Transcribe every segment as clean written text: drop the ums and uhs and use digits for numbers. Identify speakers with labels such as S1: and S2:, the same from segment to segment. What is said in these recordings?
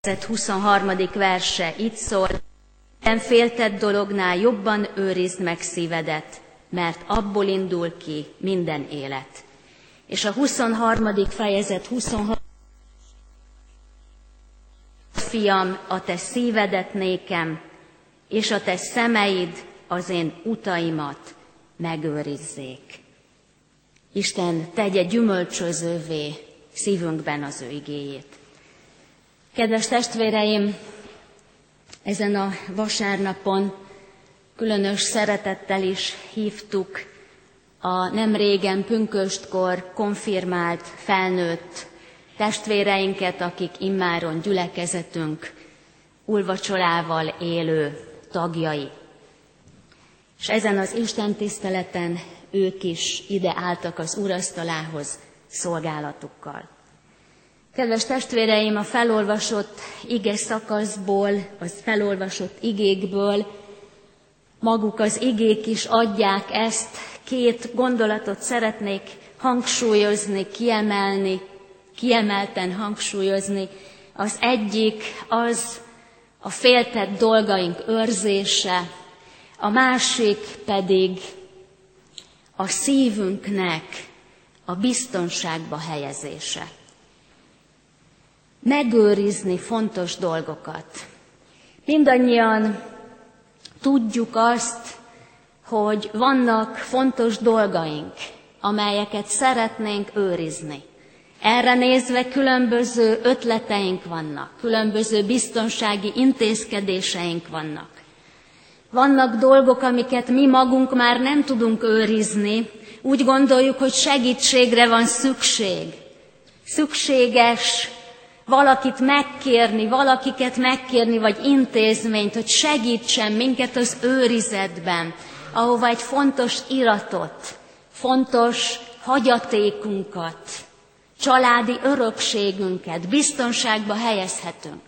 S1: 23. verse így szól: minden féltett dolognál jobban őrizd meg szívedet, mert abból indul ki minden élet. És a 23. fejezet 23. Fiam, a te szívedet nékem, és a te szemeid az én utaimat megőrizzék. Isten tegye gyümölcsözővé szívünkben az ő igéjét. Kedves testvéreim, ezen a vasárnapon különös szeretettel is hívtuk a nem régen pünköstkor konfirmált, felnőtt testvéreinket, akik immáron gyülekezetünk úrvacsorával élő tagjai. És ezen az Isten tiszteleten ők is ide álltak az úrasztalához szolgálatukkal. Kedves testvéreim, a felolvasott ige szakaszból, az felolvasott igékből maguk az igék is adják ezt. Két gondolatot szeretnék hangsúlyozni, kiemelten hangsúlyozni. Az egyik az a féltett dolgaink őrzése, a másik pedig a szívünknek a biztonságba helyezése. Megőrizni fontos dolgokat. Mindannyian tudjuk azt, hogy vannak fontos dolgaink, amelyeket szeretnénk őrizni. Erre nézve különböző ötleteink vannak, különböző biztonsági intézkedéseink vannak. Vannak dolgok, amiket mi magunk már nem tudunk őrizni, úgy gondoljuk, hogy segítségre van szükség. Szükséges valakiket megkérni, vagy intézményt, hogy segítsen minket az őrizetben, ahova egy fontos iratot, fontos hagyatékunkat, családi örökségünket biztonságba helyezhetünk.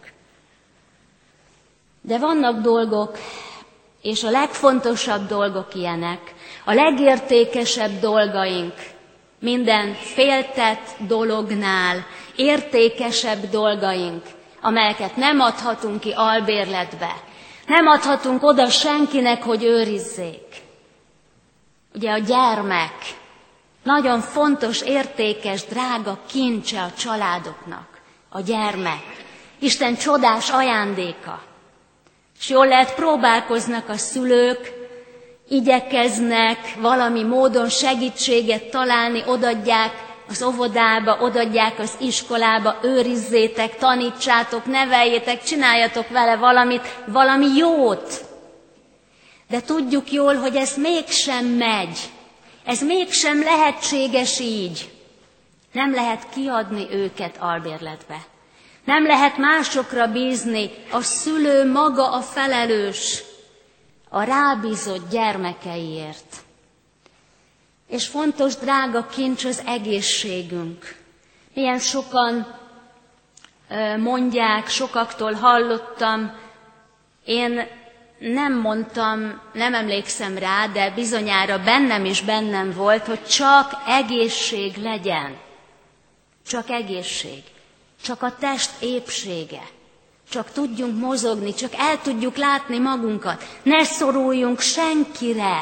S1: De vannak dolgok, és a legfontosabb dolgok ilyenek, a legértékesebb dolgaink, minden féltett dolognál értékesebb dolgaink, amelyeket nem adhatunk ki albérletbe, nem adhatunk oda senkinek, hogy őrizzék. Ugye a gyermek nagyon fontos, értékes, drága kincse a családoknak, a gyermek. Isten csodás ajándéka. És jól lehet, próbálkoznak a szülők, igyekeznek valami módon segítséget találni, odaadják az óvodába, odaadják az iskolába, őrizzétek, tanítsátok, neveljétek, csináljatok vele valami jót. De tudjuk jól, hogy ez mégsem megy. Ez mégsem lehetséges így. Nem lehet kiadni őket albérletbe. Nem lehet másokra bízni, a szülő maga a felelős a rábízott gyermekeiért. És fontos, drága kincs az egészségünk. Milyen sokan mondják, sokaktól hallottam, én nem mondtam, nem emlékszem rá, de bizonyára bennem volt, hogy csak egészség legyen. Csak egészség. Csak a test épsége. Csak tudjunk mozogni, csak el tudjuk látni magunkat. Ne szoruljunk senkire.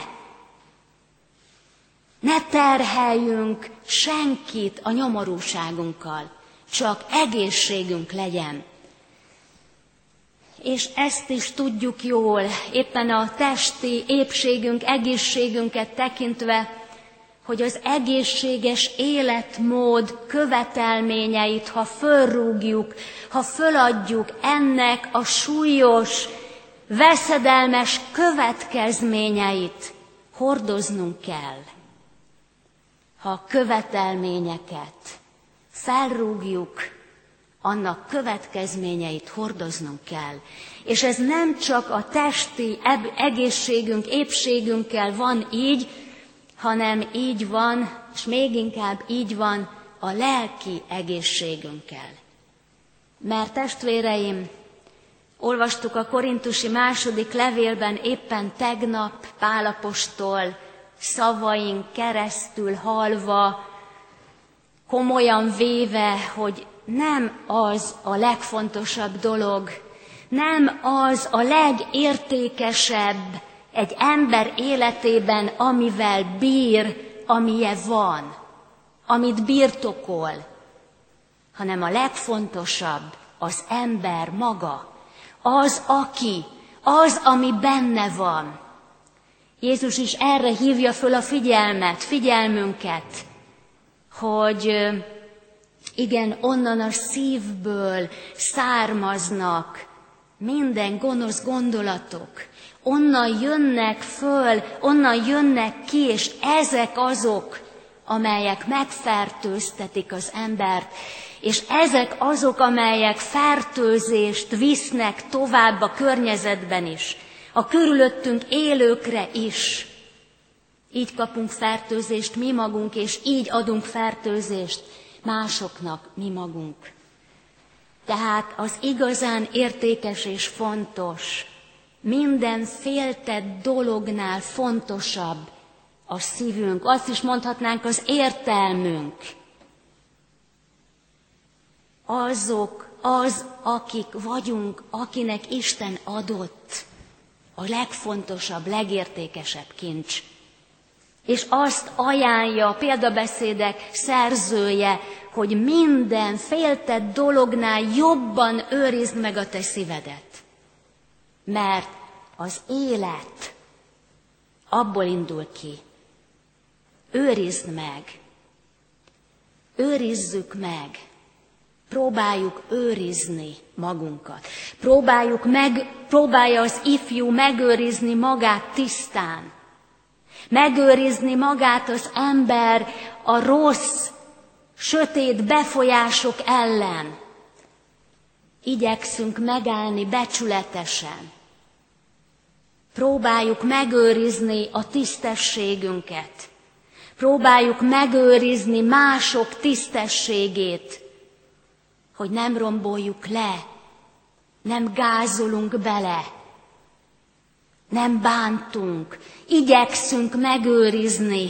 S1: Ne terheljünk senkit a nyomorúságunkkal. Csak egészségünk legyen. És ezt is tudjuk jól, éppen a testi épségünk, egészségünket tekintve, hogy az egészséges életmód követelményeit, ha fölrúgjuk, ha föladjuk, ennek a súlyos, veszedelmes következményeit hordoznunk kell. Ha a követelményeket felrúgjuk, annak következményeit hordoznunk kell. És ez nem csak a testi egészségünk, épségünkkel van így, hanem így van, és még inkább így van a lelki egészségünkkel. Mert testvéreim, olvastuk a korintusi 2. levélben éppen tegnap Pál apostol szavain keresztül hallva, komolyan véve, hogy nem az a legfontosabb dolog, nem az a legértékesebb egy ember életében, amivel bír, amilyen van, amit birtokol, hanem a legfontosabb az ember maga, az, aki, az, ami benne van. Jézus is erre hívja föl a figyelmünket, hogy igen, onnan a szívből származnak minden gonosz gondolatok, onnan jönnek föl, onnan jönnek ki, és ezek azok, amelyek megfertőztetik az embert, és ezek azok, amelyek fertőzést visznek tovább a környezetben is, a körülöttünk élőkre is. Így kapunk fertőzést mi magunk, és így adunk fertőzést másoknak mi magunk. Tehát az igazán értékes és fontos, minden féltett dolognál fontosabb a szívünk. Azt is mondhatnánk, az értelmünk. Akik vagyunk, akinek Isten adott a legfontosabb, legértékesebb kincs. És azt ajánlja a példabeszédek szerzője, hogy minden féltett dolognál jobban őrizd meg a te szívedet. Mert az élet abból indul ki. Őrizd meg. Őrizzük meg. Próbáljuk őrizni magunkat. Próbálja az ifjú megőrizni magát tisztán. Megőrizni magát az ember a rossz, sötét befolyások ellen. Igyekszünk megállni becsületesen. Próbáljuk megőrizni a tisztességünket. Próbáljuk megőrizni mások tisztességét, hogy nem romboljuk le, nem gázolunk bele, nem bántunk. Igyekszünk megőrizni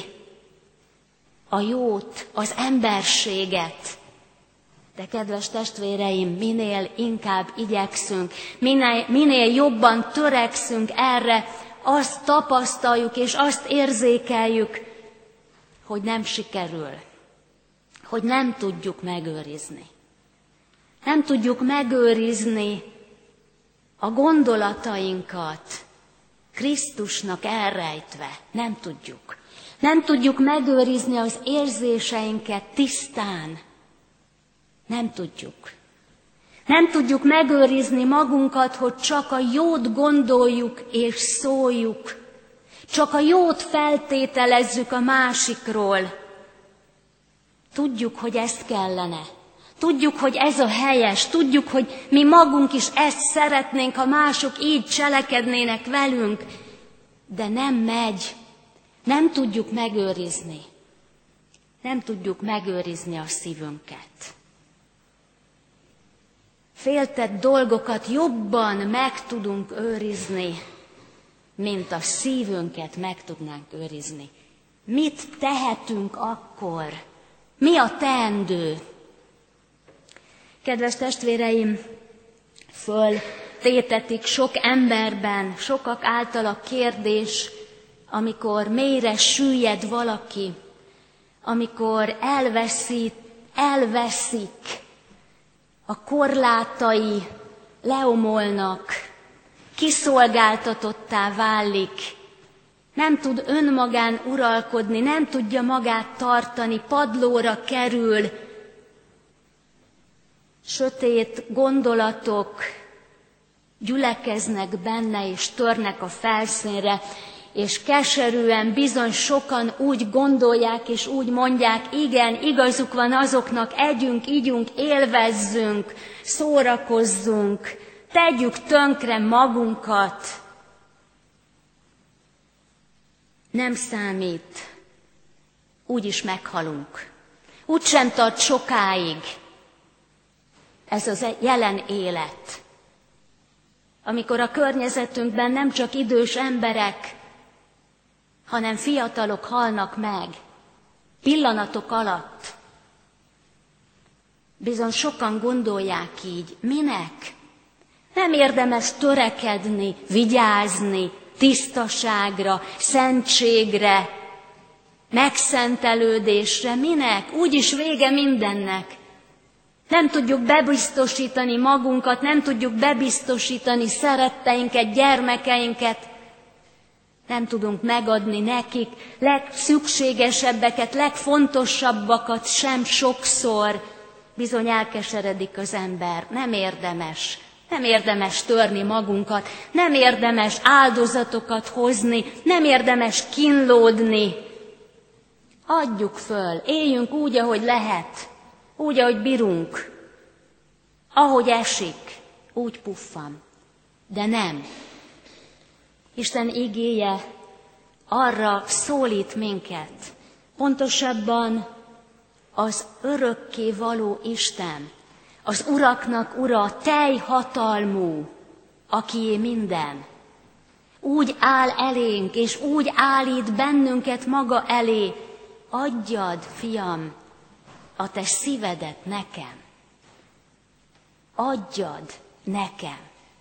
S1: a jót, az emberséget. De kedves testvéreim, minél inkább igyekszünk, minél jobban törekszünk erre, azt tapasztaljuk és azt érzékeljük, hogy nem sikerül, hogy nem tudjuk megőrizni. Nem tudjuk megőrizni a gondolatainkat Krisztusnak elrejtve. Nem tudjuk. Nem tudjuk megőrizni az érzéseinket tisztán. Nem tudjuk. Nem tudjuk megőrizni magunkat, hogy csak a jót gondoljuk és szóljuk. Csak a jót feltételezzük a másikról. Tudjuk, hogy ezt kellene. Tudjuk, hogy ez a helyes. Tudjuk, hogy mi magunk is ezt szeretnénk, ha mások így cselekednének velünk. De nem megy. Nem tudjuk megőrizni. Nem tudjuk megőrizni a szívünket. Féltett dolgokat jobban meg tudunk őrizni, mint a szívünket meg tudnánk őrizni. Mit tehetünk akkor? Mi a teendő? Kedves testvéreim, föltétetik sok emberben, sokak által a kérdés, amikor mélyre süllyed valaki, amikor elveszik, a korlátai leomolnak, kiszolgáltatottá válik, nem tud önmagán uralkodni, nem tudja magát tartani, padlóra kerül, sötét gondolatok gyülekeznek benne és törnek a felszínre, és keserűen bizony sokan úgy gondolják és úgy mondják, igen, igazuk van azoknak, együnk, igyunk, élvezzünk, szórakozzunk, tegyük tönkre magunkat. Nem számít, úgyis meghalunk. Úgysem tart sokáig ez az jelen élet, amikor a környezetünkben nem csak idős emberek, hanem fiatalok halnak meg, pillanatok alatt. Bizony sokan gondolják így, minek? Nem érdemes törekedni, vigyázni, tisztaságra, szentségre, megszentelődésre, minek? Úgyis vége mindennek. Nem tudjuk bebiztosítani magunkat, nem tudjuk bebiztosítani szeretteinket, gyermekeinket, nem tudunk megadni nekik legszükségesebbeket, legfontosabbakat sem sokszor. Bizony elkeseredik az ember, nem érdemes törni magunkat, nem érdemes áldozatokat hozni, nem érdemes kínlódni. Adjuk föl, éljünk úgy, ahogy lehet, úgy, ahogy bírunk, ahogy esik, úgy puffan. De nem. Isten igéje arra szólít minket, pontosabban az örökké való Isten, az uraknak ura, teljhatalmú, akié minden. Úgy áll elénk, és úgy állít bennünket maga elé, adjad, fiam, a te szívedet nekem. Adjad nekem.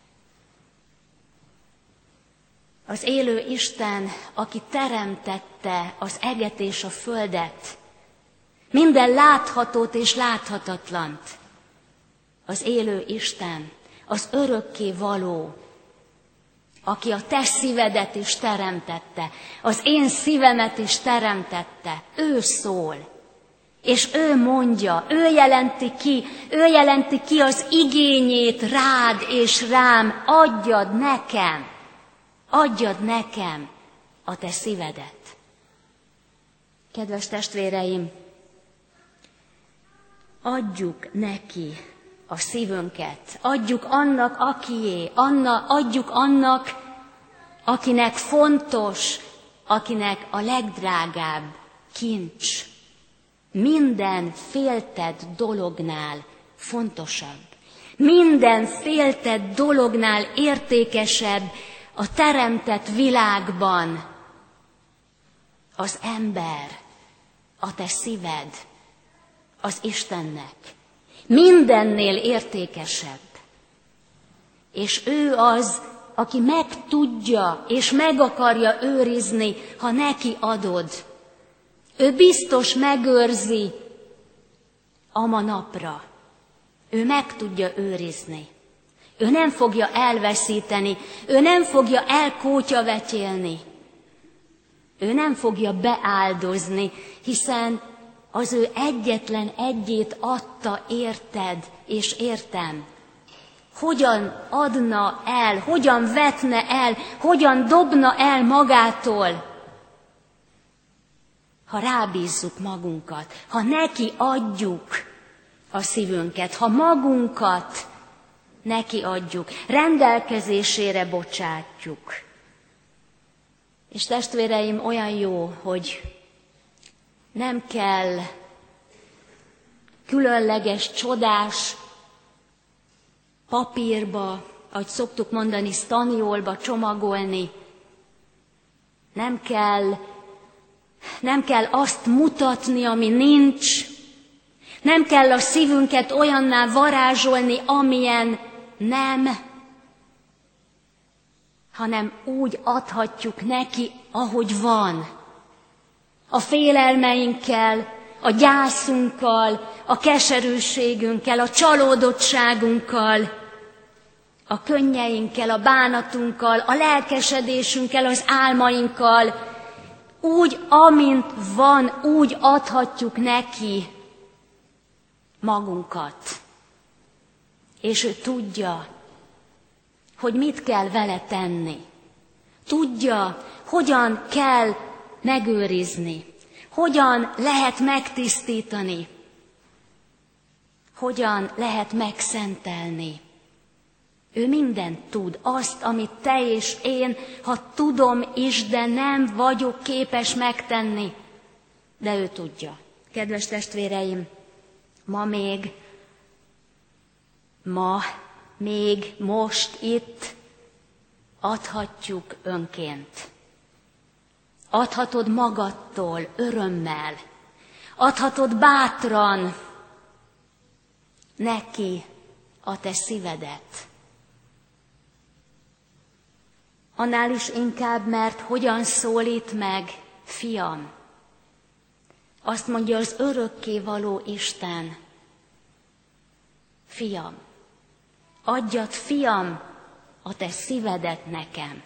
S1: Az élő Isten, aki teremtette az eget és a földet, minden láthatót és láthatatlant. Az élő Isten, az örökké való, aki a te szívedet is teremtette, az én szívemet is teremtette, ő szól. És ő mondja, ő jelenti ki az igényét rád és rám, adjad nekem a te szívedet. Kedves testvéreim, adjuk neki a szívünket, adjuk annak, akié, adjuk annak, akinek fontos, akinek a legdrágább kincs. Minden féltett dolognál fontosabb, minden féltett dolognál értékesebb a teremtett világban az ember, a te szíved, az Istennek. Mindennél értékesebb. És ő az, aki meg tudja és meg akarja őrizni, ha neki adod. Ő biztos megőrzi a ma napra. Ő meg tudja őrizni. Ő nem fogja elveszíteni, ő nem fogja elkótyavetélni. Ő nem fogja beáldozni, hiszen az ő egyetlen egyét adta érted és értem. Hogyan adna el, hogyan vetne el, hogyan dobna el magától, ha rábízzuk magunkat, ha neki adjuk a szívünket, ha magunkat neki adjuk, rendelkezésére bocsátjuk. És testvéreim, olyan jó, hogy nem kell különleges, csodás papírba, ahogy szoktuk mondani, sztaniolba csomagolni. Nem kell azt mutatni, ami nincs. Nem kell a szívünket olyanná varázsolni, amilyen nem, hanem úgy adhatjuk neki, ahogy van. A félelmeinkkel, a gyászunkkal, a keserűségünkkel, a csalódottságunkkal, a könnyeinkkel, a bánatunkkal, a lelkesedésünkkel, az álmainkkal, úgy, amint van, úgy adhatjuk neki magunkat. És ő tudja, hogy mit kell vele tenni. Tudja, hogyan kell megőrizni, hogyan lehet megtisztítani, hogyan lehet megszentelni. Ő mindent tud, azt, amit te és én, ha tudom is, de nem vagyok képes megtenni, de ő tudja. Kedves testvéreim, ma még most itt adhatjuk önként. Adhatod magadtól, örömmel. Adhatod bátran. neki a te szívedet. Annál is inkább, mert hogyan szólít meg, fiam? Azt mondja az örökkévaló Isten, fiam, adjad, fiam, a te szívedet nekem.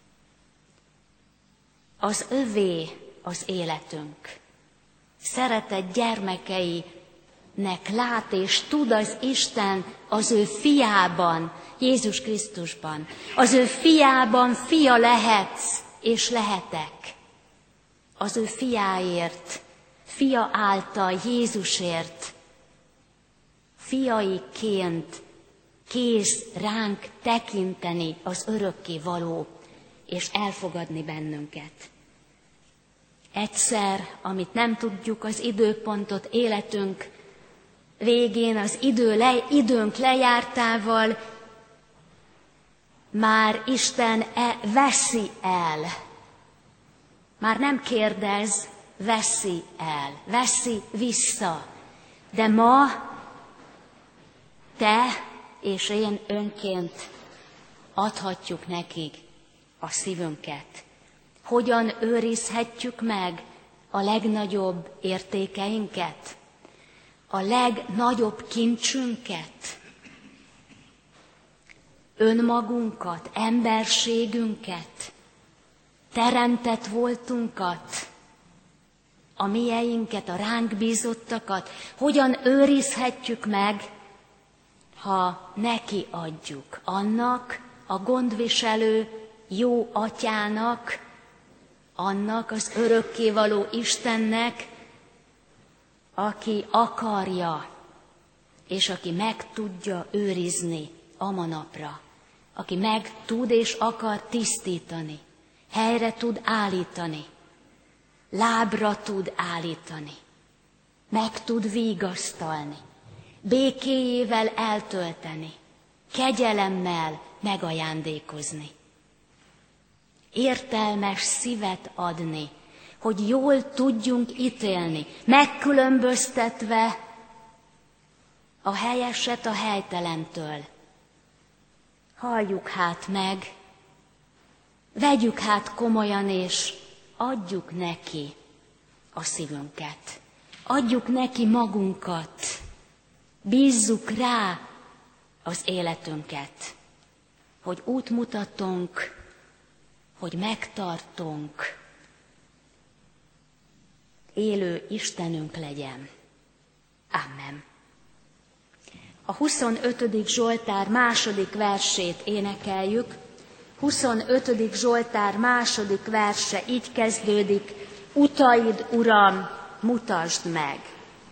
S1: Az övé az életünk. Szeretett gyermekeinek lát és tud az Isten az ő fiában, Jézus Krisztusban. Az ő fiában fia lehetsz és lehetek. Az ő fiáért, fia által, Jézusért, fiaiként kész ránk tekinteni az örökkévaló, és elfogadni bennünket. Egyszer, amit nem tudjuk, az időpontot életünk végén, az időnk lejártával, már Isten veszi el. Már nem kérdez, veszi el, veszi vissza. De ma te és én önként adhatjuk nekik a szívünket. Hogyan őrizhetjük meg a legnagyobb értékeinket, a legnagyobb kincsünket, önmagunkat, emberségünket, teremtett voltunkat, a mieinket, a ránk bízottakat, hogyan őrizhetjük meg, ha neki adjuk, annak a gondviselő jó atyának, annak az örökkévaló Istennek, aki akarja, és aki meg tudja őrizni a manapra, aki meg tud és akar tisztítani, helyre tud állítani, lábra tud állítani, meg tud vigasztalni, békéjével eltölteni, kegyelemmel megajándékozni. Értelmes szívet adni, hogy jól tudjunk ítélni, megkülönböztetve a helyeset a helytelentől. Halljuk hát meg, vegyük hát komolyan, és adjuk neki a szívünket. Adjuk neki magunkat, bízzuk rá az életünket, hogy útmutatónk, hogy megtartunk, élő Istenünk legyen. Amen. A 25. Zsoltár második versét énekeljük. 25. Zsoltár második verse így kezdődik: Utaid, Uram, mutasd meg!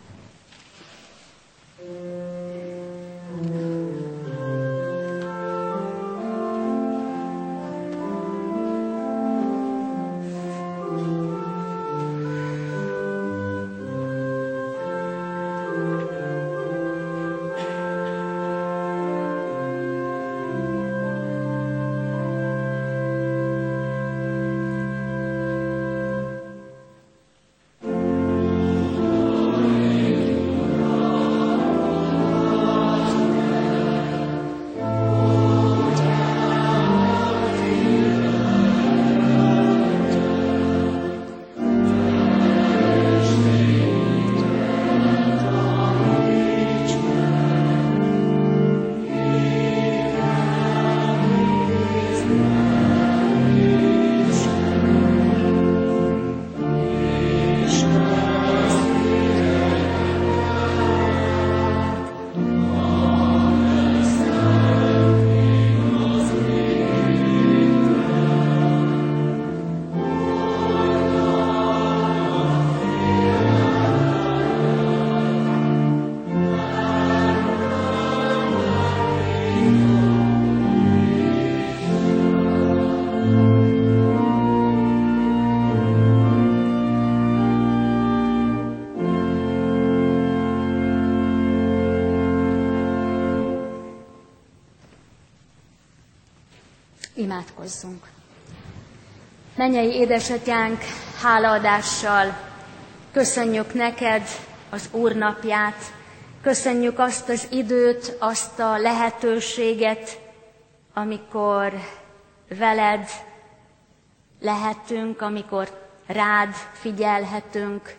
S1: Imádkozzunk! Mennyei édesatyánk, hálaadással köszönjük neked az Úr napját, Köszönjük azt az időt, azt a lehetőséget, amikor veled lehetünk, amikor rád figyelhetünk,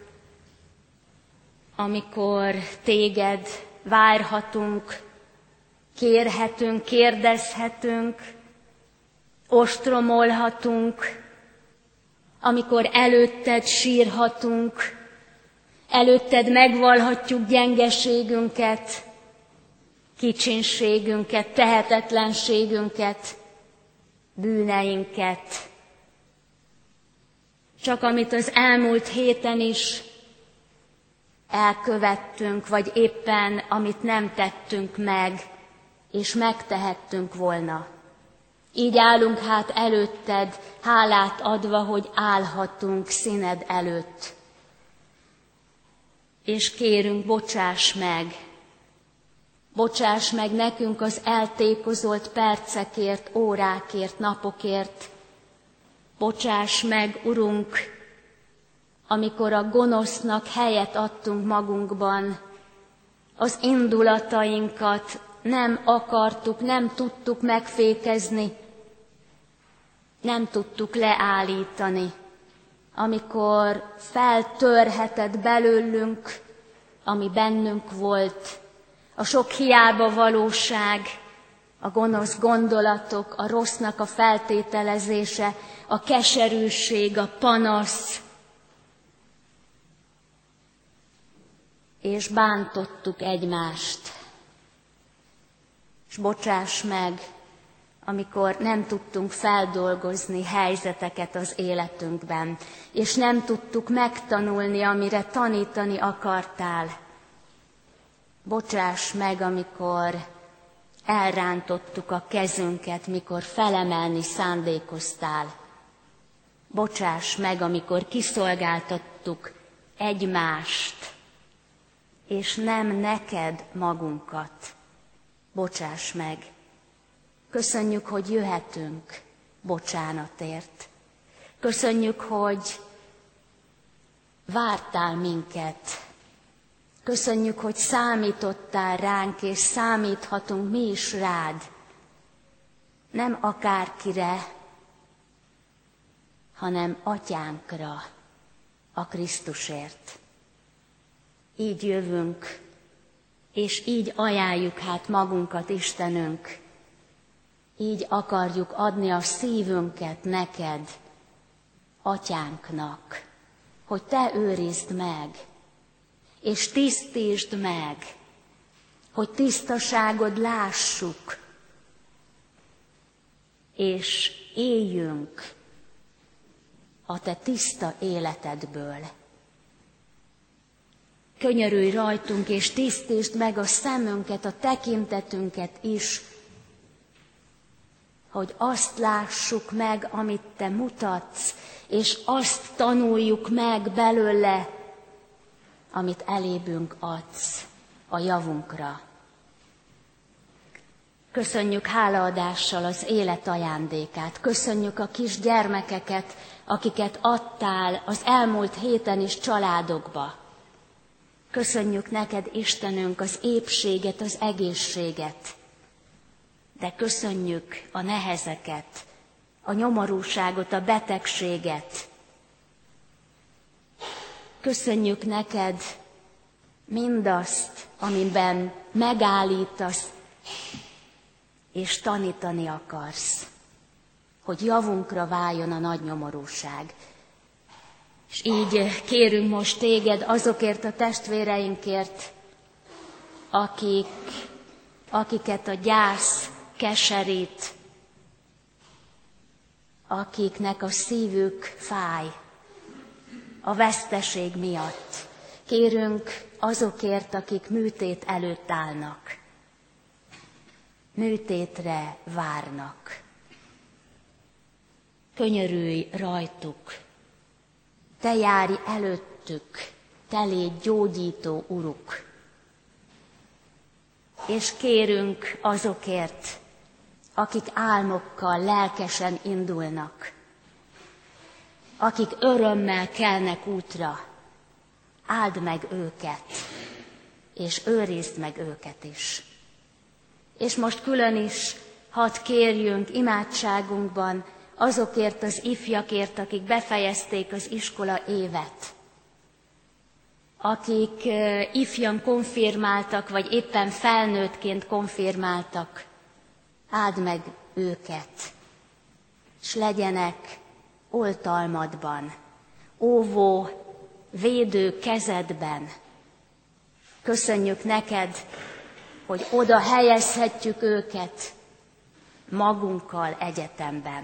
S1: amikor téged várhatunk, kérhetünk, kérdezhetünk, ostromolhatunk, amikor előtted sírhatunk, előtted megvallhatjuk gyengeségünket, kicsinségünket, tehetetlenségünket, bűneinket. Csak amit az elmúlt héten is elkövettünk, vagy éppen amit nem tettünk meg, és megtehettünk volna. Így állunk hát előtted, hálát adva, hogy állhatunk színed előtt. És kérünk, bocsáss meg nekünk az eltékozolt percekért, órákért, napokért. Bocsáss meg, Urunk, amikor a gonosznak helyet adtunk magunkban, az indulatainkat nem akartuk, nem tudtuk megfékezni, nem tudtuk leállítani, amikor feltörhetett belőlünk, ami bennünk volt, a sok hiába valóság, a gonosz gondolatok, a rossznak a feltételezése, a keserűség, a panasz, és bántottuk egymást. És bocsáss meg, amikor nem tudtunk feldolgozni helyzeteket az életünkben, és nem tudtuk megtanulni, amire tanítani akartál. Bocsáss meg, amikor elrántottuk a kezünket, mikor felemelni szándékoztál. Bocsáss meg, amikor kiszolgáltattuk egymást, és nem neked magunkat. Bocsáss meg. Köszönjük, hogy jöhetünk bocsánatért. Köszönjük, hogy vártál minket. Köszönjük, hogy számítottál ránk, és számíthatunk mi is rád. Nem akárkire, hanem Atyánkra, a Krisztusért. Így jövünk, és így ajánljuk hát magunkat, Istenünk. Így akarjuk adni a szívünket neked, Atyánknak, hogy te őrizd meg, és tisztítsd meg, hogy tisztaságod lássuk, és éljünk a te tiszta életedből. Könyörülj rajtunk, és tisztítsd meg a szemünket, a tekintetünket is, hogy azt lássuk meg, amit te mutatsz, és azt tanuljuk meg belőle, amit elébünk adsz a javunkra. Köszönjük hálaadással az élet ajándékát, köszönjük a kis gyermekeket, akiket adtál az elmúlt héten is családokba. Köszönjük neked, Istenünk, az épséget, az egészséget, de köszönjük a nehezeket, a nyomorúságot, a betegséget. Köszönjük neked mindazt, amiben megállítasz, és tanítani akarsz, hogy javunkra váljon a nagy nyomorúság. És így kérünk most téged azokért a testvéreinkért, akiket a gyász keserít, akiknek a szívük fáj a veszteség miatt. Kérünk azokért, akik műtét előtt állnak, műtétre várnak. Könyörülj rajtuk, te járj előttük, te légy gyógyító Uruk. És kérünk azokért, akik álmokkal lelkesen indulnak, akik örömmel kelnek útra, áld meg őket, és őrizd meg őket is. És most külön is hadd kérjünk imádságunkban azokért az ifjakért, akik befejezték az iskola évet, akik ifjan konfirmáltak, vagy éppen felnőttként konfirmáltak. Áld meg őket, s legyenek oltalmadban, óvó, védő kezedben. Köszönjük neked, hogy oda helyezhetjük őket magunkkal egyetemben.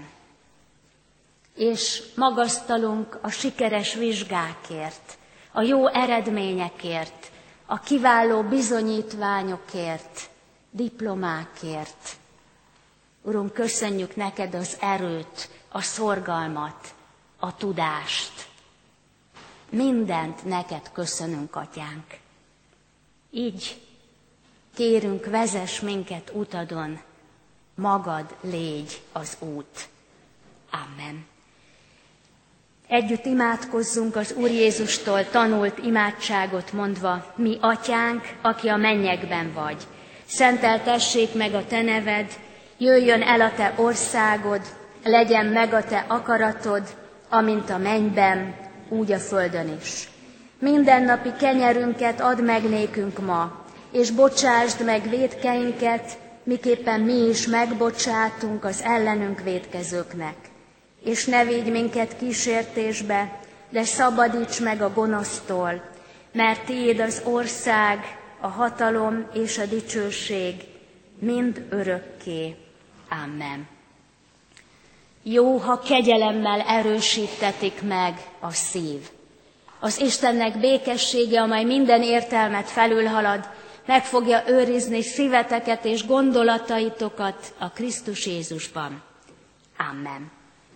S1: És magasztalunk a sikeres vizsgákért, a jó eredményekért, a kiváló bizonyítványokért, diplomákért. Urunk, köszönjük neked az erőt, a szorgalmat, a tudást. Mindent neked köszönünk, Atyánk. Így kérünk, vezess minket utadon, magad légy az út. Amen. Együtt imádkozzunk az Úr Jézustól tanult imádságot mondva: Mi Atyánk, aki a mennyekben vagy, szenteltessék meg a te neved, jöjjön el a te országod, legyen meg a te akaratod, amint a mennyben, úgy a földön is. Mindennapi kenyerünket add meg nékünk ma, és bocsásd meg vétkeinket, miképpen mi is megbocsátunk az ellenünk vétkezőknek. És ne vigy minket kísértésbe, de szabadíts meg a gonosztól, mert tiéd az ország, a hatalom és a dicsőség mind örökké. Amen. Jó, ha kegyelemmel erősítetik meg a szív. Az Istennek békessége, amely minden értelmet felülhalad, meg fogja őrizni szíveteket és gondolataitokat a Krisztus Jézusban. Amen.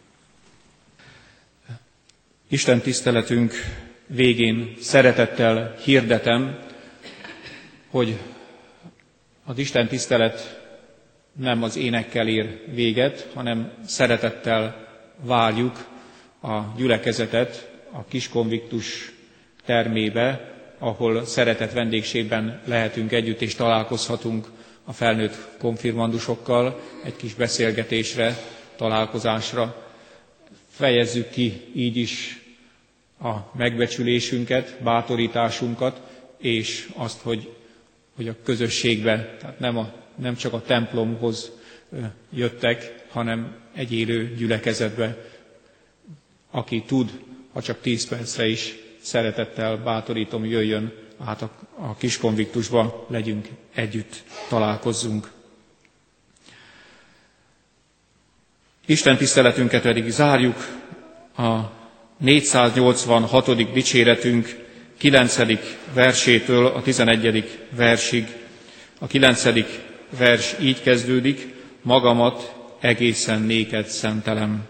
S2: Isten tiszteletünk végén szeretettel hirdetem, hogy az Isten tisztelet nem az énekkel ér véget, hanem szeretettel várjuk a gyülekezetet a Kiskonviktus termébe, ahol szeretett vendégségben lehetünk együtt és találkozhatunk a felnőtt konfirmandusokkal egy kis beszélgetésre, találkozásra. Fejezzük ki így is a megbecsülésünket, bátorításunkat, és azt, hogy a közösségbe, tehát nem csak a templomhoz jöttek, hanem egy élő gyülekezetbe. Aki tud, ha csak 10 percre is, szeretettel bátorítom, jöjjön át a Kiskonviktusba, legyünk együtt, találkozzunk. Isten tiszteletünket pedig zárjuk a 486. dicséretünk 9. versétől a 11. versig. A 9. vers így kezdődik: magamat egészen néked szentelem.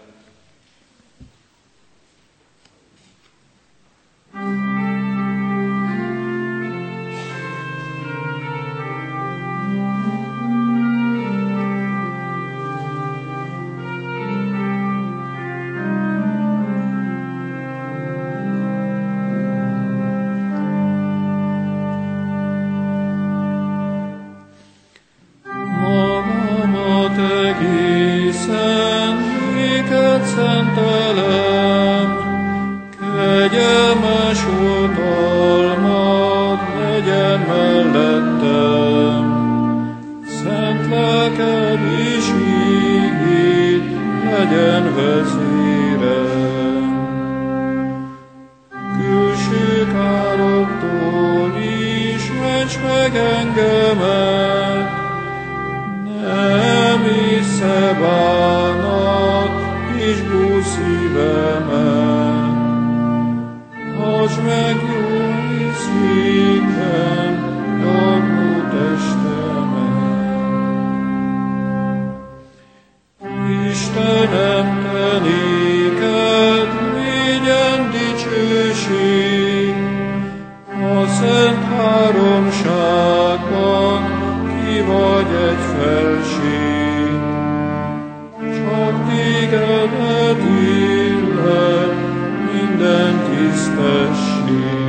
S3: Minden tisztesség.